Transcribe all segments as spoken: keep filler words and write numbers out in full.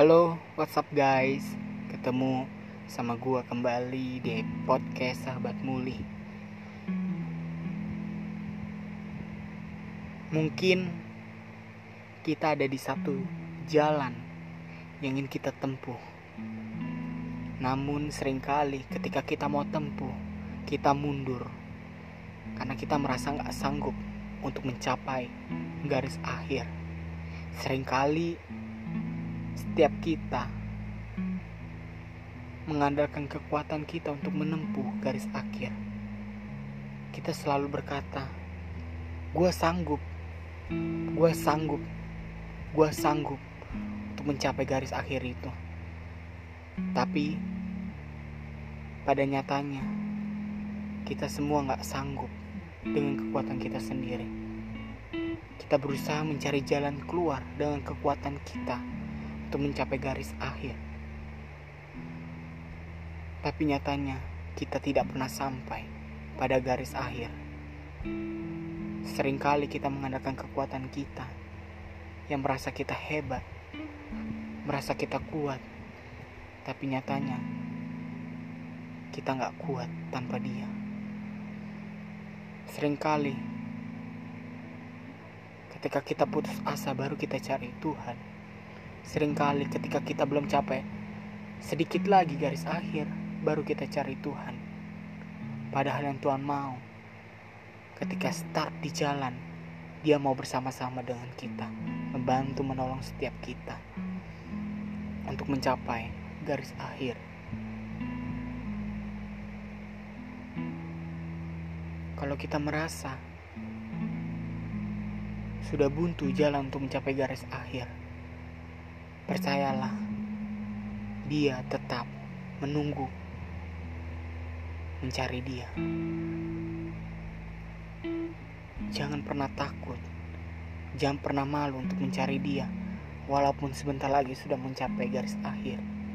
Halo, what's up guys? Ketemu sama gua kembali di podcast Sahabat Muli. Mungkin kita ada di satu jalan yang ingin kita tempuh. Namun seringkali ketika kita mau tempuh, kita mundur. Karena kita merasa gak sanggup untuk mencapai garis akhir. Seringkali setiap kita mengandalkan kekuatan kita untuk menempuh garis akhir. Kita selalu berkata, gue sanggup, gue sanggup, gue sanggup untuk mencapai garis akhir itu. Tapi pada nyatanya kita semua gak sanggup dengan kekuatan kita sendiri. Kita berusaha mencari jalan keluar dengan kekuatan kita untuk mencapai garis akhir. Tapi nyatanya kita tidak pernah sampai pada garis akhir. Seringkali kita mengandalkan kekuatan kita yang merasa kita hebat, merasa kita kuat. Tapi nyatanya kita gak kuat tanpa dia. Seringkali ketika kita putus asa baru kita cari Tuhan. Seringkali ketika kita belum capai sedikit lagi garis akhir, baru kita cari Tuhan. Padahal yang Tuhan mau, ketika start di jalan, Dia mau bersama-sama dengan kita, membantu menolong setiap kita untuk mencapai garis akhir. Kalau kita merasa sudah buntu jalan untuk mencapai garis akhir, percayalah, Dia tetap menunggu, mencari Dia. Jangan pernah takut, jangan pernah malu untuk mencari Dia, walaupun sebentar lagi sudah mencapai garis akhir.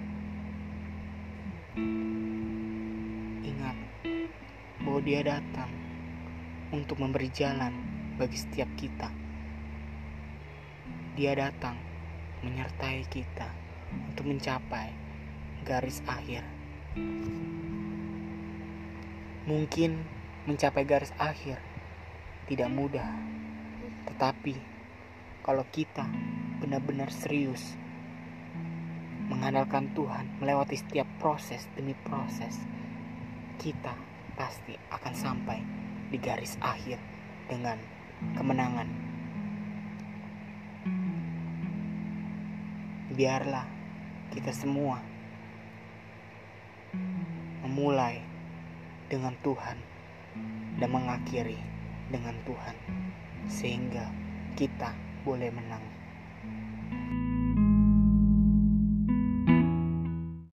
Ingat bahwa Dia datang untuk memberi jalan bagi setiap kita. Dia datang menyertai kita untuk mencapai garis akhir. Mungkin mencapai garis akhir tidak mudah, tetapi kalau kita benar-benar serius mengandalkan Tuhan melewati setiap proses demi proses, kita pasti akan sampai di garis akhir dengan kemenangan. Biarlah kita semua memulai dengan Tuhan dan mengakhiri dengan Tuhan, sehingga kita boleh menang.